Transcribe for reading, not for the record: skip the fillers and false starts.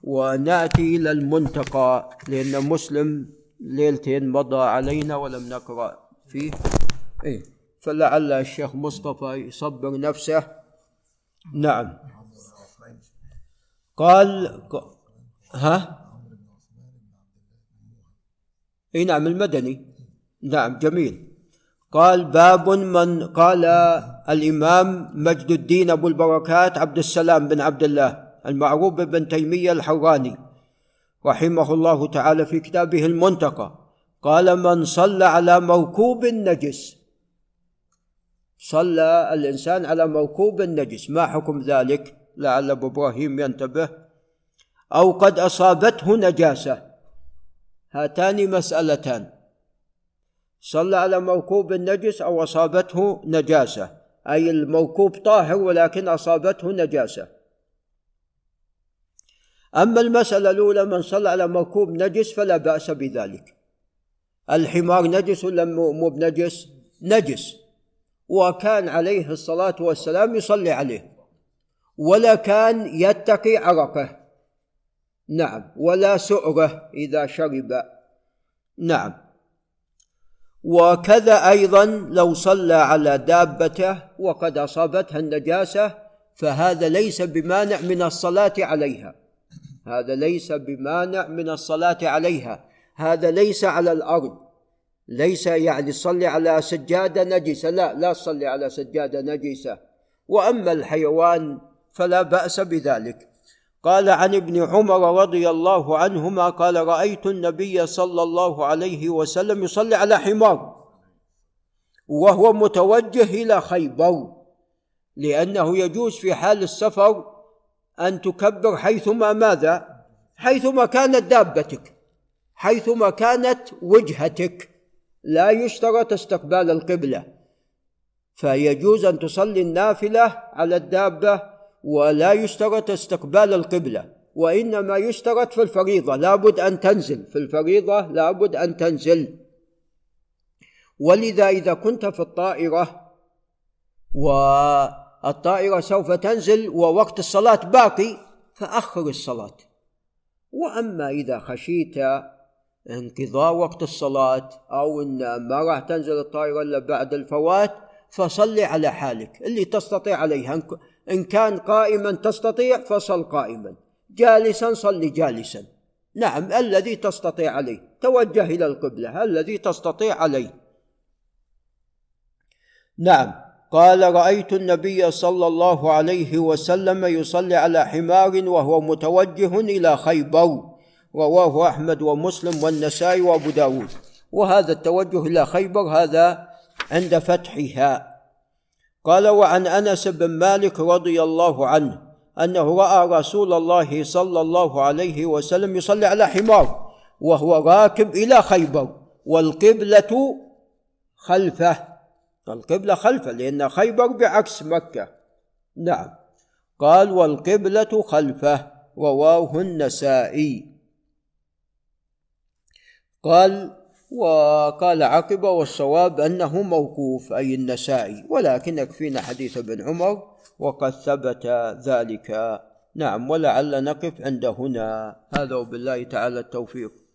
ونأتي إلى المنتقى، لأن مسلم ليلتين مضى علينا ولم نقرأ فيه. فلعل الشيخ مصطفى يصبر نفسه. نعم. قال نعم المدني. نعم جميل. قال باب من قال الإمام مجد الدين أبو البركات عبد السلام بن عبد الله المعروف بن تيمية الحراني رحمه الله تعالى في كتابه المنتقى، قال من صلى على موكوب نجس، صلى الإنسان على موكوب نجس، ما حكم ذلك؟ لعل أبو إبراهيم ينتبه. أو قد أصابته نجاسة، هاتان مسألتان، صلى على موكوب النجس أو أصابته نجاسة، أي الموكوب طاهر ولكن أصابته نجاسة. أما المسألة الأولى من صلى على موكوب نجس فلا بأس بذلك. الحمار نجس ولا مو بنجس؟ نجس، وكان عليه الصلاة والسلام يصلي عليه ولا كان يتقي عرقه، نعم، ولا سؤره إذا شرب، نعم. وكذا أيضا لو صلى على دابته وقد أصابتها النجاسة فهذا ليس بمانع من الصلاة عليها، هذا ليس بمانع من الصلاة عليها، هذا ليس على الأرض، ليس يعني صلي على سجادة نجسة، لا صلي على سجادة نجسة. وأما الحيوان فلا بأس بذلك. قال عن ابن عمر رضي الله عنهما قال رأيت النبي صلى الله عليه وسلم يصلي على حمار وهو متوجه إلى خيبر، لأنه يجوز في حال السفر أن تكبر حيثما ماذا؟ حيثما كانت دابتك، حيثما كانت وجهتك، لا يشترط استقبال القبلة، فيجوز أن تصلي النافلة على الدابة ولا يشترط استقبال القبلة، وإنما يشترط في الفريضة لابد أن تنزل، في الفريضة لابد أن تنزل. ولذا إذا كنت في الطائرة والطائرة سوف تنزل ووقت الصلاة باقي فأخر الصلاة. وأما إذا خشيت انقضاء وقت الصلاة أو إن ما راح تنزل الطائرة إلا بعد الفوات فصلي على حالك اللي تستطيع عليها، إن كان قائما تستطيع فصل قائما، جالسا صلي جالسا، نعم، الذي تستطيع عليه، توجه إلى القبلة الذي تستطيع عليه. نعم. قال رأيت النبي صلى الله عليه وسلم يصلي على حمار وهو متوجه إلى خيبر، رواه أحمد ومسلم والنسائي وأبو داود. وهذا التوجه إلى خيبر هذا عند فتحها. قال وعن أنس بن مالك رضي الله عنه أنه رأى رسول الله صلى الله عليه وسلم يصلي على حمار وهو راكب إلى خيبر والقبلة خلفه، القبلة خلفه لأن خيبر بعكس مكة، نعم. قال والقبلة خلفه، رواه النسائي. وقال عقبة والصواب أنه موقوف أي النسائي، ولكن يكفينا حديث ابن عمر وقد ثبت ذلك، نعم. ولعل نقف عند هنا، هذا وبالله تعالى التوفيق.